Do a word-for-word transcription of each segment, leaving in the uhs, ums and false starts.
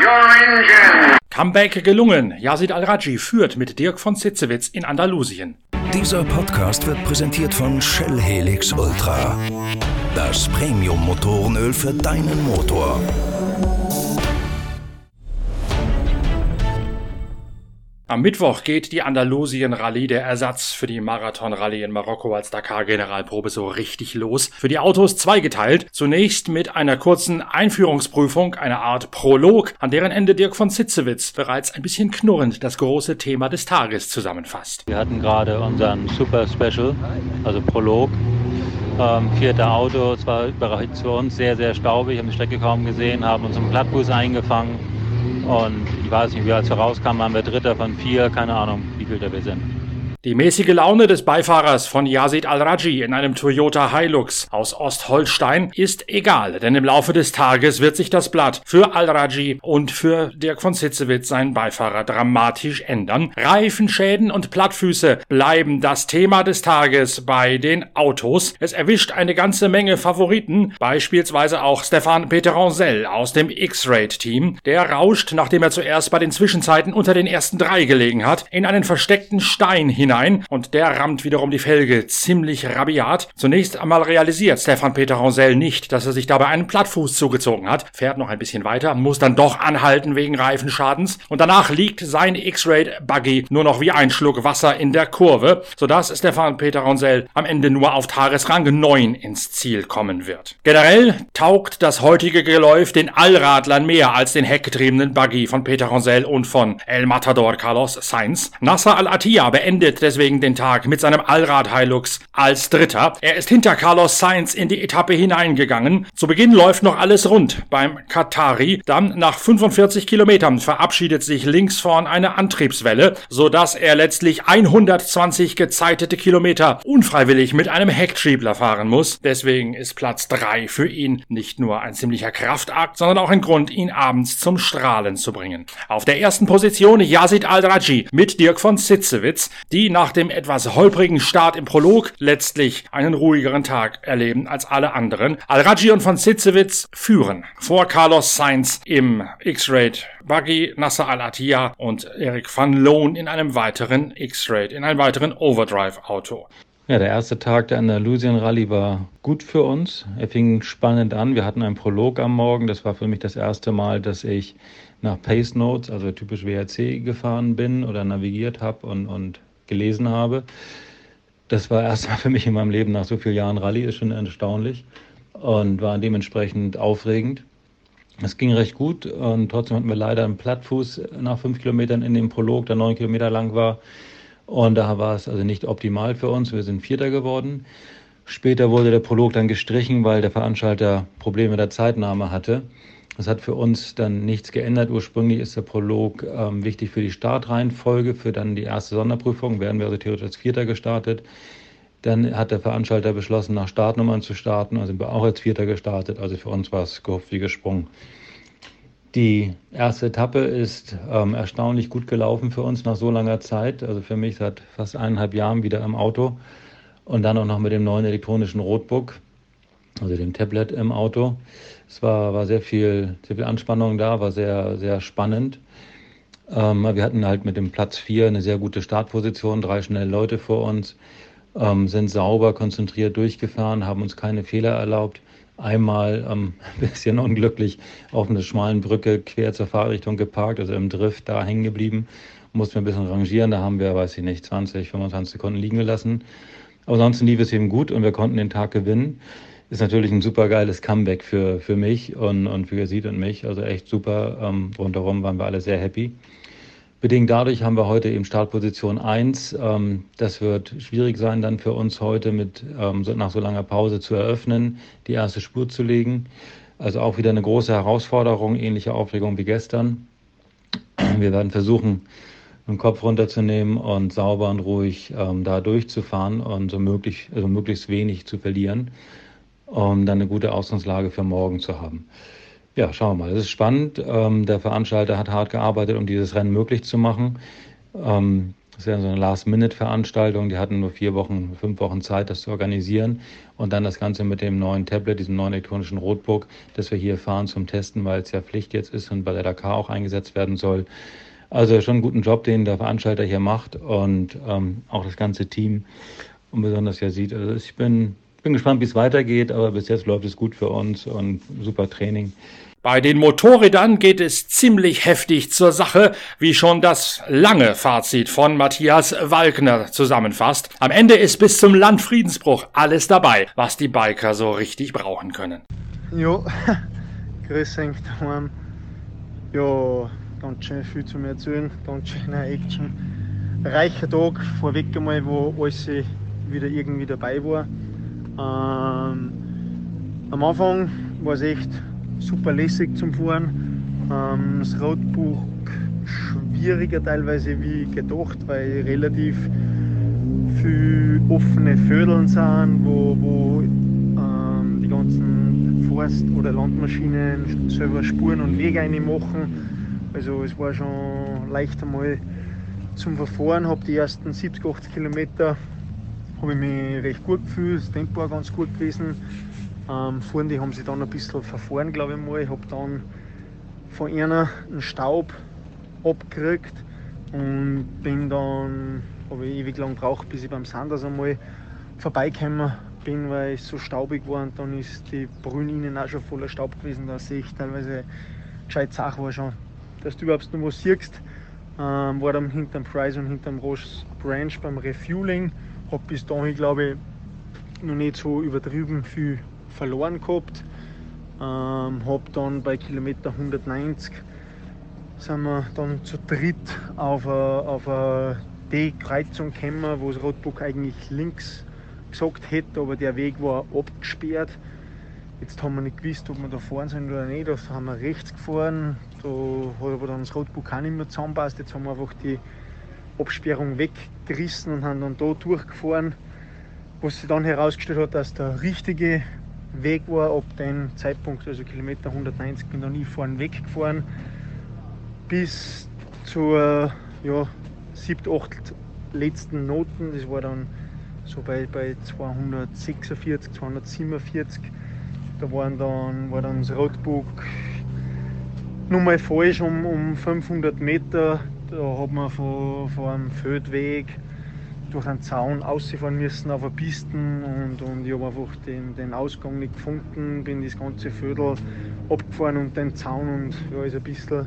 your engine. Comeback gelungen. Yazid Al-Rajhi führt mit Dirk von Zitzewitz in Andalusien. Dieser Podcast wird präsentiert von Shell Helix Ultra. Das Premium-Motorenöl für deinen Motor. Am Mittwoch geht die Andalusien-Rallye, der Ersatz für die Marathon-Rallye in Marokko als Dakar-Generalprobe, so richtig los. Für die Autos zweigeteilt. Zunächst mit einer kurzen Einführungsprüfung, einer Art Prolog, an deren Ende Dirk von Zitzewitz bereits ein bisschen knurrend das große Thema des Tages zusammenfasst. Wir hatten gerade unseren Super Special, also Prolog. Ähm, vierter Auto, es war bereits für uns sehr, sehr staubig, haben die Strecke kaum gesehen, haben uns im Plattfuß eingefangen. Und ich weiß nicht, wie als wir rauskamen, waren wir Dritter von vier, keine Ahnung, wie viel da wir sind. Die mäßige Laune des Beifahrers von Yazid Al-Rajhi in einem Toyota Hilux aus Ostholstein ist egal, denn im Laufe des Tages wird sich das Blatt für Al-Rajhi und für Dirk von Zitzewitz, seinen Beifahrer, dramatisch ändern. Reifenschäden und Plattfüße bleiben das Thema des Tages bei den Autos. Es erwischt eine ganze Menge Favoriten, beispielsweise auch Stéphane Péterancel aus dem X-Rate-Team. Der rauscht, nachdem er zuerst bei den Zwischenzeiten unter den ersten drei gelegen hat, in einen versteckten Stein hinein. Und der rammt wiederum die Felge ziemlich rabiat. Zunächst einmal realisiert Stéphane Péterancel nicht, dass er sich dabei einen Plattfuß zugezogen hat, fährt noch ein bisschen weiter, muss dann doch anhalten wegen Reifenschadens und danach liegt sein X-Rate-Buggy nur noch wie ein Schluck Wasser in der Kurve, sodass Stéphane Péterancel am Ende nur auf Tagesrang neun ins Ziel kommen wird. Generell taugt das heutige Geläuf den Allradlern mehr als den heckgetriebenen Buggy von Péterancel und von El Matador Carlos Sainz. Nasser Al-Attiyah beendet deswegen den Tag mit seinem Allrad-Hilux als Dritter. Er ist hinter Carlos Sainz in die Etappe hineingegangen. Zu Beginn läuft noch alles rund beim Qatari. Dann nach fünfundvierzig Kilometern verabschiedet sich links vorn eine Antriebswelle, sodass er letztlich hundertzwanzig gezeitete Kilometer unfreiwillig mit einem Hecktriebler fahren muss. Deswegen ist Platz drei für ihn nicht nur ein ziemlicher Kraftakt, sondern auch ein Grund, ihn abends zum Strahlen zu bringen. Auf der ersten Position Yazid Al-Rajhi mit Dirk von Zitzewitz, die nach dem etwas holprigen Start im Prolog letztlich einen ruhigeren Tag erleben als alle anderen. Al-Rajhi und von Zitzewitz führen vor Carlos Sainz im X-Rate Buggy, Nasser Al-Attiyah und Eric van Loon in einem weiteren X-Rate, in einem weiteren Overdrive-Auto. Ja, der erste Tag der Andalusien Rallye war gut für uns. Er fing spannend an. Wir hatten einen Prolog am Morgen. Das war für mich das erste Mal, dass ich nach Pace Notes, also typisch W R C, gefahren bin oder navigiert habe und, und gelesen habe. Das war erstmal für mich in meinem Leben nach so vielen Jahren Rallye, ist schon erstaunlich und war dementsprechend aufregend. Es ging recht gut und trotzdem hatten wir leider einen Plattfuß nach fünf Kilometern in dem Prolog, der neun Kilometer lang war. Und da war es also nicht optimal für uns. Wir sind Vierter geworden. Später wurde der Prolog dann gestrichen, weil der Veranstalter Probleme mit der Zeitnahme hatte. Das hat für uns dann nichts geändert. Ursprünglich ist der Prolog ähm, wichtig für die Startreihenfolge, für dann die erste Sonderprüfung. Wären wir also theoretisch als Vierter gestartet. Dann hat der Veranstalter beschlossen, nach Startnummern zu starten. Also sind wir auch als Vierter gestartet. Also für uns war es gehupft wie gesprungen. Die erste Etappe ist ähm, erstaunlich gut gelaufen für uns nach so langer Zeit. Also für mich seit fast eineinhalb Jahren wieder im Auto. Und dann auch noch mit dem neuen elektronischen Roadbook, also dem Tablet im Auto. Es war, war sehr viel, sehr viel Anspannung da, war sehr, sehr spannend. Ähm, wir hatten halt mit dem Platz vier eine sehr gute Startposition, drei schnelle Leute vor uns, ähm, sind sauber, konzentriert durchgefahren, haben uns keine Fehler erlaubt. Einmal ähm, ein bisschen unglücklich auf einer schmalen Brücke quer zur Fahrrichtung geparkt, also im Drift da hängen geblieben. Mussten wir ein bisschen rangieren, da haben wir, weiß ich nicht, zwanzig, fünfundzwanzig Sekunden liegen gelassen. Aber ansonsten lief es eben gut und wir konnten den Tag gewinnen. Ist natürlich ein super geiles Comeback für, für mich und, und für Yazid und mich. Also echt super. Ähm, rundherum waren wir alle sehr happy. Bedingt dadurch haben wir heute eben Startposition eins. Ähm, das wird schwierig sein, dann für uns heute mit ähm, so, nach so langer Pause zu eröffnen, die erste Spur zu legen. Also auch wieder eine große Herausforderung, ähnliche Aufregung wie gestern. Wir werden versuchen, den Kopf runterzunehmen und sauber und ruhig ähm, da durchzufahren und so möglich, also möglichst wenig zu verlieren, um dann eine gute Ausgangslage für morgen zu haben. Ja, schauen wir mal. Es ist spannend. Ähm, der Veranstalter hat hart gearbeitet, um dieses Rennen möglich zu machen. Ähm, Das ist ja so eine Last-Minute-Veranstaltung. Die hatten nur vier Wochen, fünf Wochen Zeit, das zu organisieren. Und dann das Ganze mit dem neuen Tablet, diesem neuen elektronischen Roadbook, das wir hier fahren zum Testen, weil es ja Pflicht jetzt ist und bei der Dakar auch eingesetzt werden soll. Also schon einen guten Job, den der Veranstalter hier macht und ähm, auch das ganze Team und besonders ja sieht. Also ich bin, bin gespannt, wie es weitergeht, aber bis jetzt läuft es gut für uns und super Training. Bei den Motorrädern geht es ziemlich heftig zur Sache, wie schon das lange Fazit von Matthias Walkner zusammenfasst. Am Ende ist bis zum Landfriedensbruch alles dabei, was die Biker so richtig brauchen können. Ja, grüß euch daheim. Ja, ganz schön viel zu mir erzählen, ganz schöner Action. Reicher Tag, vorweg einmal, wo alles wieder irgendwie dabei war. Ähm, am Anfang war es echt super lässig zum Fahren. Ähm, das Roadbook schwieriger teilweise wie gedacht, weil relativ viele offene Vierteln sind, wo, wo ähm, die ganzen Forst- oder Landmaschinen selber Spuren und Wege machen. Also es war schon leicht einmal zum Verfahren. Habe die ersten siebzig, achtzig Kilometer habe ich mich recht gut gefühlt, das Tempo war ganz gut gewesen. Ähm, fahren, die haben sich dann ein bisschen verfahren, glaube ich mal. Ich habe dann von einer einen Staub abgekriegt und bin dann, habe ich ewig lang gebraucht, bis ich beim Sanders einmal vorbeigekommen bin, weil es so staubig war und dann ist die Brühe innen auch schon voller Staub gewesen. Da sehe ich teilweise gescheit Sach war schon, dass du überhaupt noch was siehst. Ähm, war dann hinterm Price und hinterm Ross Branch beim Refueling. Habe bis dahin, glaube ich, noch nicht so übertrieben viel verloren gehabt. Ähm, habe dann bei Kilometer hundertneunzig sind wir dann zu dritt auf eine, auf eine D-Kreuzung gekommen, wo das Roadbook eigentlich links gesagt hätte, aber der Weg war abgesperrt. Jetzt haben wir nicht gewusst, ob wir da fahren sollen oder nicht. Da haben wir rechts gefahren. Da hat aber dann das Roadbook auch nicht mehr zusammenpasst. Jetzt haben wir einfach die Absperrung weggerissen und haben dann da durchgefahren. Was sich dann herausgestellt hat, dass der richtige Weg war ab dem Zeitpunkt, also Kilometer hundertneunzig, bin dann nie vorne weggefahren bis zur ja, siebten, achten letzten Noten. Das war dann so bei, bei zweihundertsechsundvierzig, zweihundertsiebenundvierzig. Da waren dann, war dann das Roadbook nochmal falsch um, um fünfhundert Meter. Da hat man von, von einem Feldweg durch einen Zaun ausfahren müssen auf eine Piste und, und ich habe einfach den, den Ausgang nicht gefunden, bin das ganze Viertel abgefahren und den Zaun und ja, ist ein bisschen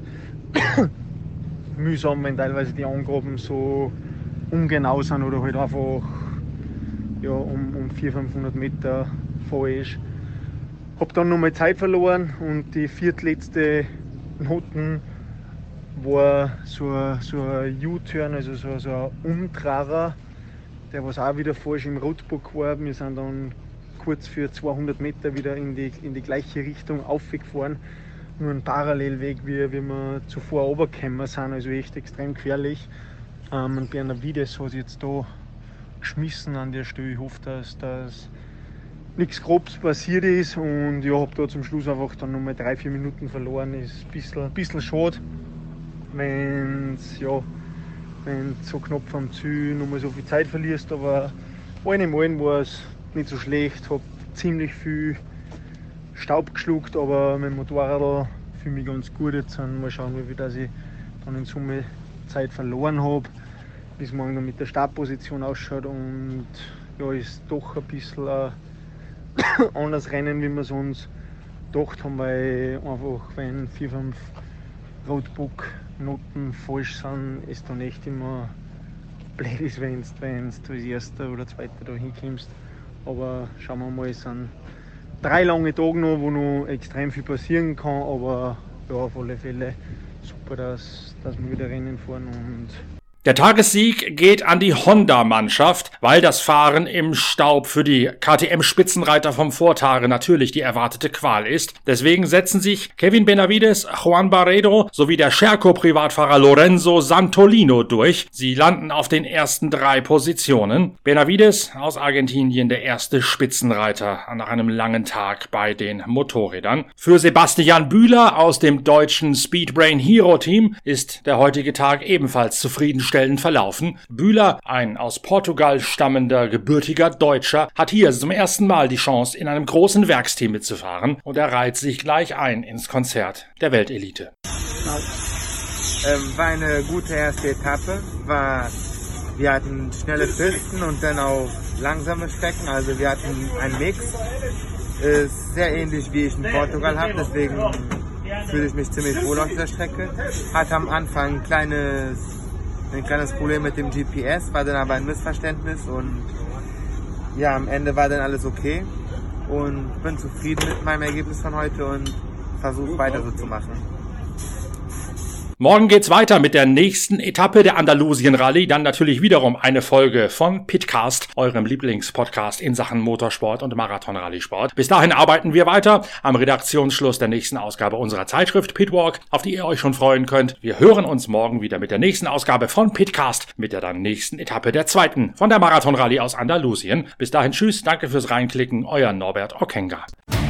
mühsam, wenn teilweise die Angaben so ungenau sind oder halt einfach ja, um, um vierhundert, fünfhundert Meter falsch. Habe dann nochmal Zeit verloren und die viertletzte Noten war so ein, so ein U-Turn, also so, so ein Umtrahrer, der was auch wieder falsch im Roadbook war. Wir sind dann kurz für zweihundert Meter wieder in die, in die gleiche Richtung aufgefahren. Nur ein Parallelweg, wie, wie wir zuvor runtergekommen sind, also echt extrem gefährlich. Ähm, und Benavides hat jetzt da geschmissen an der Stelle. Ich hoffe, dass das nichts Grobes passiert ist und ja, habe da zum Schluss einfach dann nochmal drei, vier Minuten verloren. Ist ein bisschen, ein bisschen schade, wenn es ja, so knapp vom Ziel nochmal so viel Zeit verlierst, aber allen im Allen war es nicht so schlecht. Habe ziemlich viel Staub geschluckt, aber mein Motorrad fühle mich ganz gut jetzt. Und mal schauen, wie dass ich dann in Summe Zeit verloren habe, bis morgen dann mit der Startposition ausschaut und ja, ist doch ein bisschen ein anders Rennen, wie wir es uns gedacht haben, weil einfach, wenn vier, fünf Roadbook-Noten falsch sind, ist dann echt immer blöd ist, wenn du als Erster oder Zweiter da hinkommst. Aber schauen wir mal, es sind drei lange Tage noch, wo noch extrem viel passieren kann, aber ja, auf alle Fälle super, dass, dass wir wieder Rennen fahren. Und der Tagessieg geht an die Honda-Mannschaft, weil das Fahren im Staub für die K T M-Spitzenreiter vom Vortage natürlich die erwartete Qual ist. Deswegen setzen sich Kevin Benavides, Juan Barredo sowie der Scherco-Privatfahrer Lorenzo Santolino durch. Sie landen auf den ersten drei Positionen. Benavides aus Argentinien der erste Spitzenreiter nach einem langen Tag bei den Motorrädern. Für Sebastian Bühler aus dem deutschen Speedbrain Hero Team ist der heutige Tag ebenfalls zufriedenstellend zufriedenstellend verlaufen. Bühler, ein aus Portugal stammender, gebürtiger Deutscher, hat hier zum ersten Mal die Chance, in einem großen Werksteam mitzufahren und er reiht sich gleich ein ins Konzert der Weltelite. Ähm, war eine gute erste Etappe. War, wir hatten schnelle Pisten und dann auch langsame Strecken. Also wir hatten einen Mix. Ist sehr ähnlich wie ich in Portugal habe. Deswegen fühle ich mich ziemlich wohl auf dieser Strecke. Hatte am Anfang ein kleines, ein kleines Problem mit dem G P S, war dann aber ein Missverständnis und ja, am Ende war dann alles okay. Und bin zufrieden mit meinem Ergebnis von heute und versuche weiter so zu machen. Morgen geht's weiter mit der nächsten Etappe der Andalusien Rallye. Dann natürlich wiederum eine Folge von Pitcast, eurem Lieblingspodcast in Sachen Motorsport und Marathon-Rallye-Sport. Bis dahin arbeiten wir weiter am Redaktionsschluss der nächsten Ausgabe unserer Zeitschrift Pitwalk, auf die ihr euch schon freuen könnt. Wir hören uns morgen wieder mit der nächsten Ausgabe von Pitcast, mit der dann nächsten Etappe der zweiten von der Marathon-Rallye aus Andalusien. Bis dahin tschüss, danke fürs Reinklicken, euer Norbert Okenga.